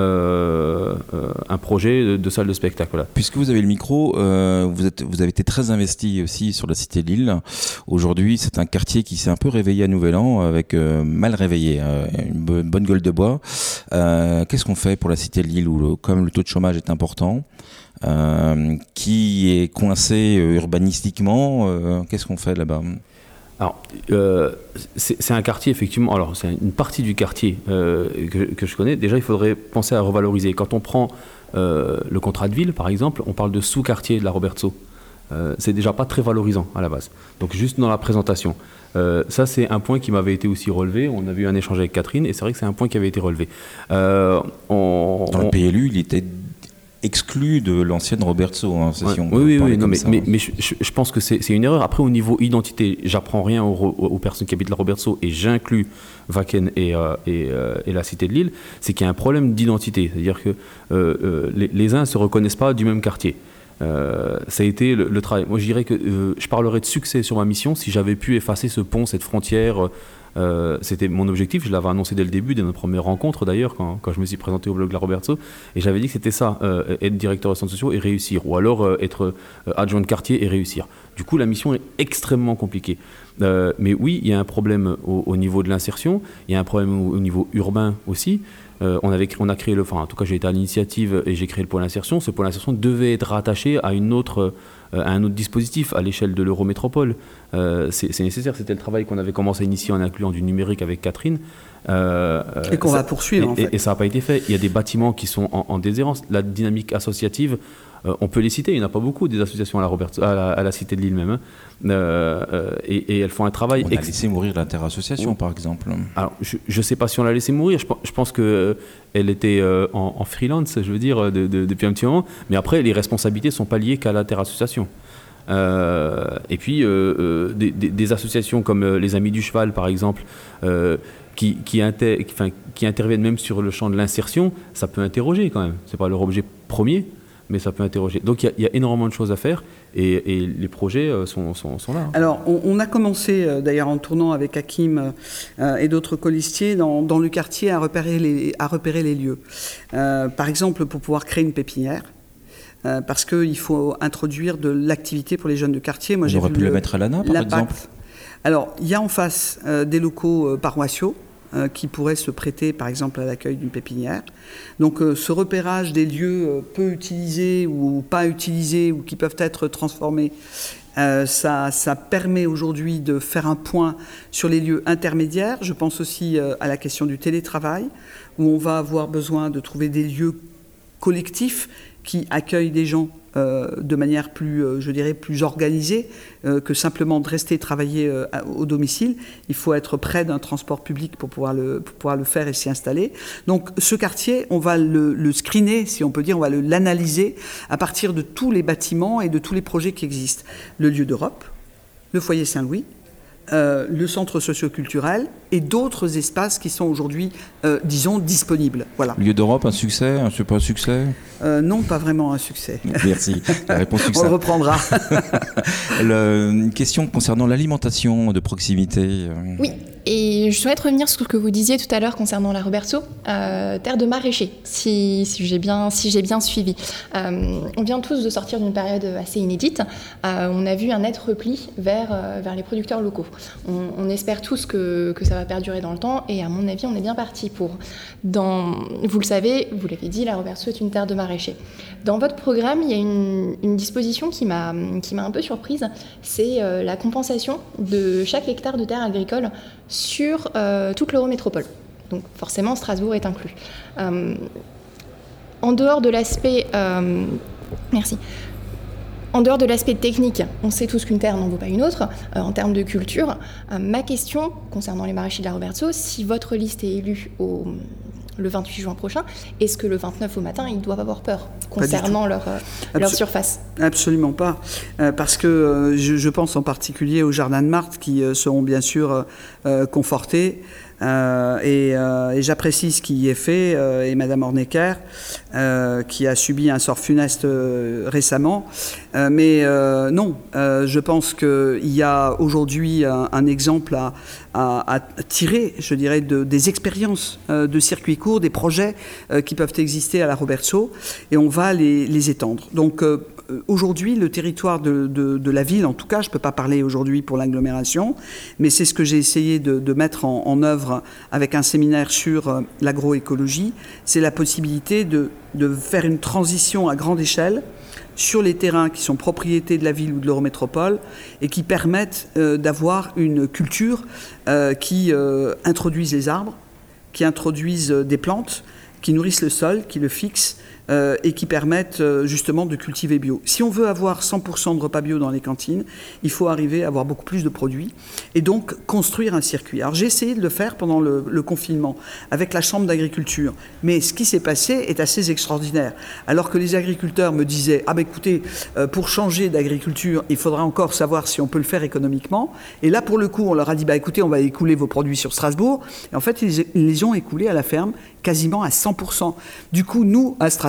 Un projet de salle de spectacle. Voilà. Puisque vous avez le micro, vous avez été très investi aussi sur la Cité de Lille. Aujourd'hui, c'est un quartier qui s'est un peu réveillé à Nouvel An, avec mal réveillé, une bonne gueule de bois. Qu'est-ce qu'on fait pour la Cité de Lille où comme le taux de chômage est important, qui est coincé urbanistiquement, qu'est-ce qu'on fait là-bas ? Alors, c'est un quartier, effectivement, alors c'est une partie du quartier que je connais. Déjà, il faudrait penser à revaloriser. Quand on prend le contrat de ville, par exemple, on parle de sous-quartier de la Robertsau. C'est déjà pas très valorisant à la base. Donc, juste dans la présentation. Ça, c'est un point qui m'avait été aussi relevé. On avait eu un échange avec Catherine, et c'est vrai que c'est un point qui avait été relevé. Dans le PLU, il était exclu de l'ancienne Robertsau, hein, oui, non, mais je pense que c'est une erreur. Après, au niveau identité, j'apprends rien aux personnes qui habitent la Robertsau et j'inclus Wacken et la Cité de Lille, c'est qu'il y a un problème d'identité, c'est-à-dire que les uns ne se reconnaissent pas du même quartier. Ça a été le travail. Moi, je dirais que je parlerais de succès sur ma mission si j'avais pu effacer ce pont, cette frontière C'était mon objectif, je l'avais annoncé dès le début, dès notre première rencontre d'ailleurs, quand je me suis présenté au blog La Robertso, et j'avais dit que c'était ça, être directeur des centres sociaux et réussir, ou alors être adjoint de quartier et réussir. Du coup, la mission est extrêmement compliquée. Mais oui, il y a un problème au niveau de l'insertion, il y a un problème au niveau urbain aussi. On a créé en tout cas j'ai été à l'initiative et j'ai créé le pôle insertion. Ce pôle insertion devait être rattaché à un autre dispositif à l'échelle de l'Eurométropole. C'est nécessaire, c'était le travail qu'on avait commencé à initier en incluant du numérique avec Catherine. Et qu'on va poursuivre en fait. Et ça n'a pas été fait. Il y a des bâtiments qui sont en déshérence. La dynamique associative, on peut les citer, il n'y en a pas beaucoup des associations à la Cité de Lille même. Et elles font un travail... On a laissé mourir l'interassociation par exemple. Alors, je ne sais pas si on l'a laissé mourir, je pense qu'elle était en freelance, je veux dire, depuis un petit moment, mais après les responsabilités ne sont pas liées qu'à l'interassociation. Et puis des associations comme les Amis du Cheval par exemple, qui interviennent même sur le champ de l'insertion, ça peut interroger quand même. Ce n'est pas leur objet premier, mais ça peut interroger. Donc il y a énormément de choses à faire et les projets sont là. Alors on a commencé d'ailleurs en tournant avec Hakim et d'autres colistiers dans le quartier à repérer les lieux. Par exemple pour pouvoir créer une pépinière. Parce qu'il faut introduire de l'activité pour les jeunes de quartier. Moi, on aurait pu le mettre à l'ANA, par exemple. Alors, il y a en face des locaux paroissiaux qui pourraient se prêter, par exemple, à l'accueil d'une pépinière. Donc, ce repérage des lieux peu utilisés ou pas utilisés ou qui peuvent être transformés, ça permet aujourd'hui de faire un point sur les lieux intermédiaires. Je pense aussi à la question du télétravail, où on va avoir besoin de trouver des lieux collectifs qui accueillent des gens de manière plus, je dirais, plus organisée que simplement de rester travailler au domicile. Il faut être près d'un transport public pour pouvoir le faire et s'y installer. Donc ce quartier, on va le screener, si on peut dire, on va l'analyser à partir de tous les bâtiments et de tous les projets qui existent. Le lieu d'Europe, le foyer Saint-Louis, le centre socio-culturel et d'autres espaces qui sont aujourd'hui, disons, disponibles. Voilà. Lieu d'Europe, un succès, un super succès ? Non, pas vraiment un succès. Merci. La réponse succès. On le reprendra. Une question concernant l'alimentation de proximité. Oui, et je souhaite revenir sur ce que vous disiez tout à l'heure concernant la Robertso, terre de maraîchers, si j'ai bien suivi. On vient tous de sortir d'une période assez inédite. On a vu un net repli vers les producteurs locaux. On espère tous que ça va perdurer dans le temps et à mon avis, on est bien parti pour. Vous le savez, vous l'avez dit, la Robertso est une terre de maraîchers. Dans votre programme, il y a une disposition qui m'a un peu surprise, c'est la compensation de chaque hectare de terre agricole sur toute l'Eurométropole. Donc forcément, Strasbourg est inclus. En dehors de l'aspect... merci. En dehors de l'aspect technique, on sait tous qu'une terre n'en vaut pas une autre. En termes de culture, ma question concernant les maraîchers de la Robertso, si votre liste est élue le 28 juin prochain, est-ce que le 29 au matin, ils doivent avoir peur concernant leur surface ? Absolument pas, parce que je pense en particulier aux jardins de Marthe qui seront bien sûr confortés. Et j'apprécie ce qui y est fait, et Madame Hornecker, qui a subi un sort funeste récemment. Mais non, je pense qu'il y a aujourd'hui un exemple à tirer, je dirais, des expériences de circuits courts, des projets qui peuvent exister à la Robertso, et on va les étendre. Donc, aujourd'hui, le territoire de la ville, en tout cas, je ne peux pas parler aujourd'hui pour l'agglomération, mais c'est ce que j'ai essayé de mettre en œuvre avec un séminaire sur l'agroécologie, c'est la possibilité de faire une transition à grande échelle sur les terrains qui sont propriétés de la ville ou de l'Eurométropole et qui permettent d'avoir une culture qui introduise les arbres, qui introduisent des plantes, qui nourrissent le sol, qui le fixent, et qui permettent justement de cultiver bio. Si on veut avoir 100% de repas bio dans les cantines, il faut arriver à avoir beaucoup plus de produits et donc construire un circuit. Alors j'ai essayé de le faire pendant le confinement avec la Chambre d'agriculture, mais ce qui s'est passé est assez extraordinaire. Alors que les agriculteurs me disaient « Ah ben écoutez, pour changer d'agriculture, il faudra encore savoir si on peut le faire économiquement. » Et là pour le coup, on leur a dit « Bah écoutez, on va écouler vos produits sur Strasbourg. » Et en fait, ils les ont écoulés à la ferme quasiment à 100%. Du coup, nous, à Strasbourg,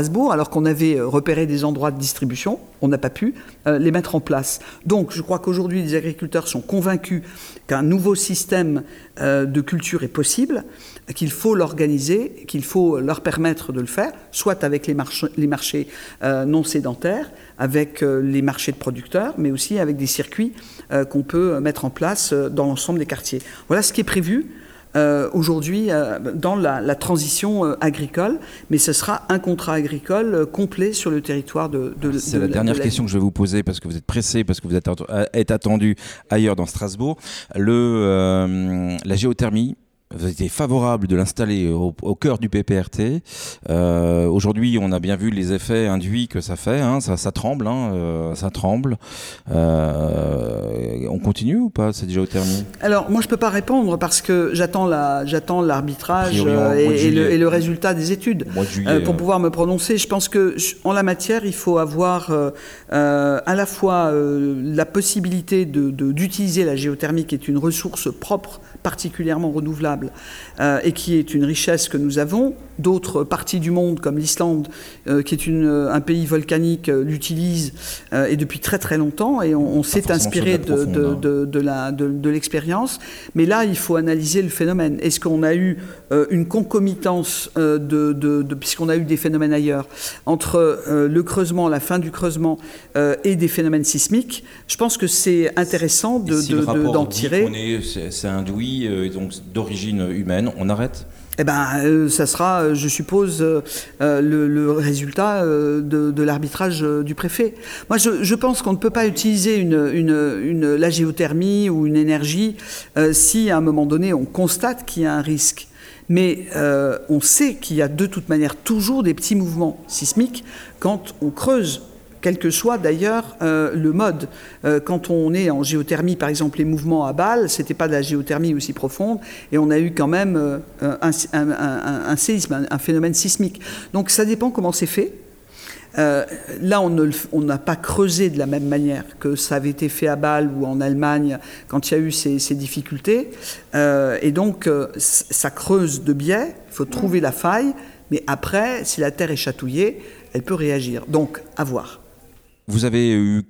Strasbourg, alors qu'on avait repéré des endroits de distribution, on n'a pas pu les mettre en place. Donc je crois qu'aujourd'hui les agriculteurs sont convaincus qu'un nouveau système de culture est possible, qu'il faut l'organiser, qu'il faut leur permettre de le faire, soit avec les marchés non sédentaires, avec les marchés de producteurs, mais aussi avec des circuits qu'on peut mettre en place dans l'ensemble des quartiers. Voilà ce qui est prévu aujourd'hui dans la transition agricole, mais ce sera un contrat agricole complet sur le territoire de C'est la dernière question que je vais vous poser, parce que vous êtes pressé, parce que vous êtes attendu ailleurs dans Strasbourg. La géothermie, vous étiez favorable de l'installer au cœur du PPRT. Aujourd'hui, on a bien vu les effets induits que ça fait. Hein, ça tremble. Ça tremble. On continue ou pas cette géothermie ? Alors, moi, je peux pas répondre parce que j'attends l'arbitrage et le résultat des études pour pouvoir me prononcer. Je pense que en la matière, il faut avoir à la fois la possibilité d'utiliser la géothermie, qui est une ressource propre, particulièrement renouvelable, et qui est une richesse que nous avons. D'autres parties du monde, comme l'Islande, qui est un pays volcanique, l'utilise et depuis très très longtemps, et on s'est inspiré de l'expérience. Mais là, il faut analyser le phénomène. Est-ce qu'on a eu une concomitance puisqu'on a eu des phénomènes ailleurs, entre le creusement, la fin du creusement et des phénomènes sismiques? Je pense que c'est intéressant d'en tirer. C'est induit, donc d'origine humaine, on arrête ? Eh ben, ça sera, je suppose, le résultat de l'arbitrage du préfet. Moi, je pense qu'on ne peut pas utiliser la géothermie ou une énergie si, à un moment donné, on constate qu'il y a un risque. Mais on sait qu'il y a de toute manière toujours des petits mouvements sismiques quand on creuse, quel que soit d'ailleurs le mode. Quand on est en géothermie, par exemple, les mouvements à Bâle, c'était pas de la géothermie aussi profonde, et on a eu quand même un séisme, un phénomène sismique. Donc ça dépend comment c'est fait. Là, on n'a pas creusé de la même manière que ça avait été fait à Bâle ou en Allemagne quand il y a eu ces difficultés. Et donc, ça creuse de biais, il faut trouver la faille, mais après, si la terre est chatouillée, elle peut réagir. Donc, à voir. Vous avez eu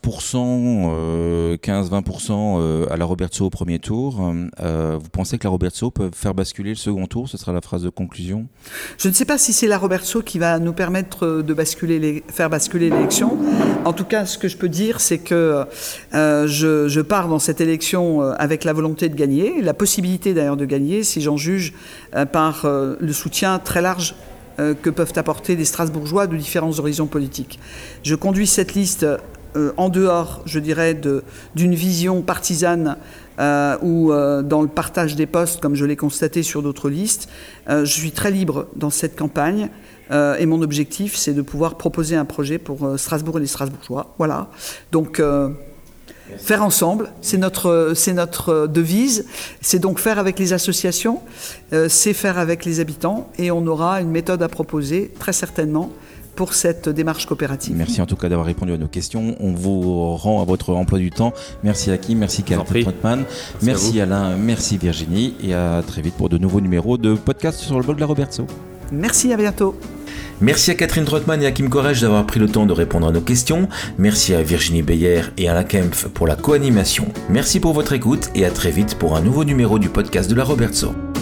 15%, 15-20% à la Robertsau au premier tour. Vous pensez que la Robertsau peut faire basculer le second tour ? Ce sera la phrase de conclusion. Je ne sais pas si c'est la Robertsau qui va nous permettre de faire basculer l'élection. En tout cas, ce que je peux dire, c'est que je pars dans cette élection avec la volonté de gagner, la possibilité d'ailleurs de gagner, si j'en juge par le soutien très large que peuvent apporter des Strasbourgeois de différents horizons politiques. Je conduis cette liste en dehors, je dirais, d'une vision partisane ou dans le partage des postes, comme je l'ai constaté sur d'autres listes. Je suis très libre dans cette campagne et mon objectif, c'est de pouvoir proposer un projet pour Strasbourg et les Strasbourgeois. Voilà. Donc, faire ensemble, c'est notre devise. C'est donc faire avec les associations, c'est faire avec les habitants, et on aura une méthode à proposer, très certainement, pour cette démarche coopérative. Merci en tout cas d'avoir répondu à nos questions. On vous rend à votre emploi du temps. Merci Hakim, merci Catherine Trottmann, merci Alain, merci Virginie, et à très vite pour de nouveaux numéros de podcast sur le blog de la Robertsau. Merci, à bientôt. Merci à Catherine Trottmann et à Kim Korech d'avoir pris le temps de répondre à nos questions. Merci à Virginie Beyer et Alain Kempf pour la co-animation. Merci pour votre écoute et à très vite pour un nouveau numéro du podcast de la Robertsau.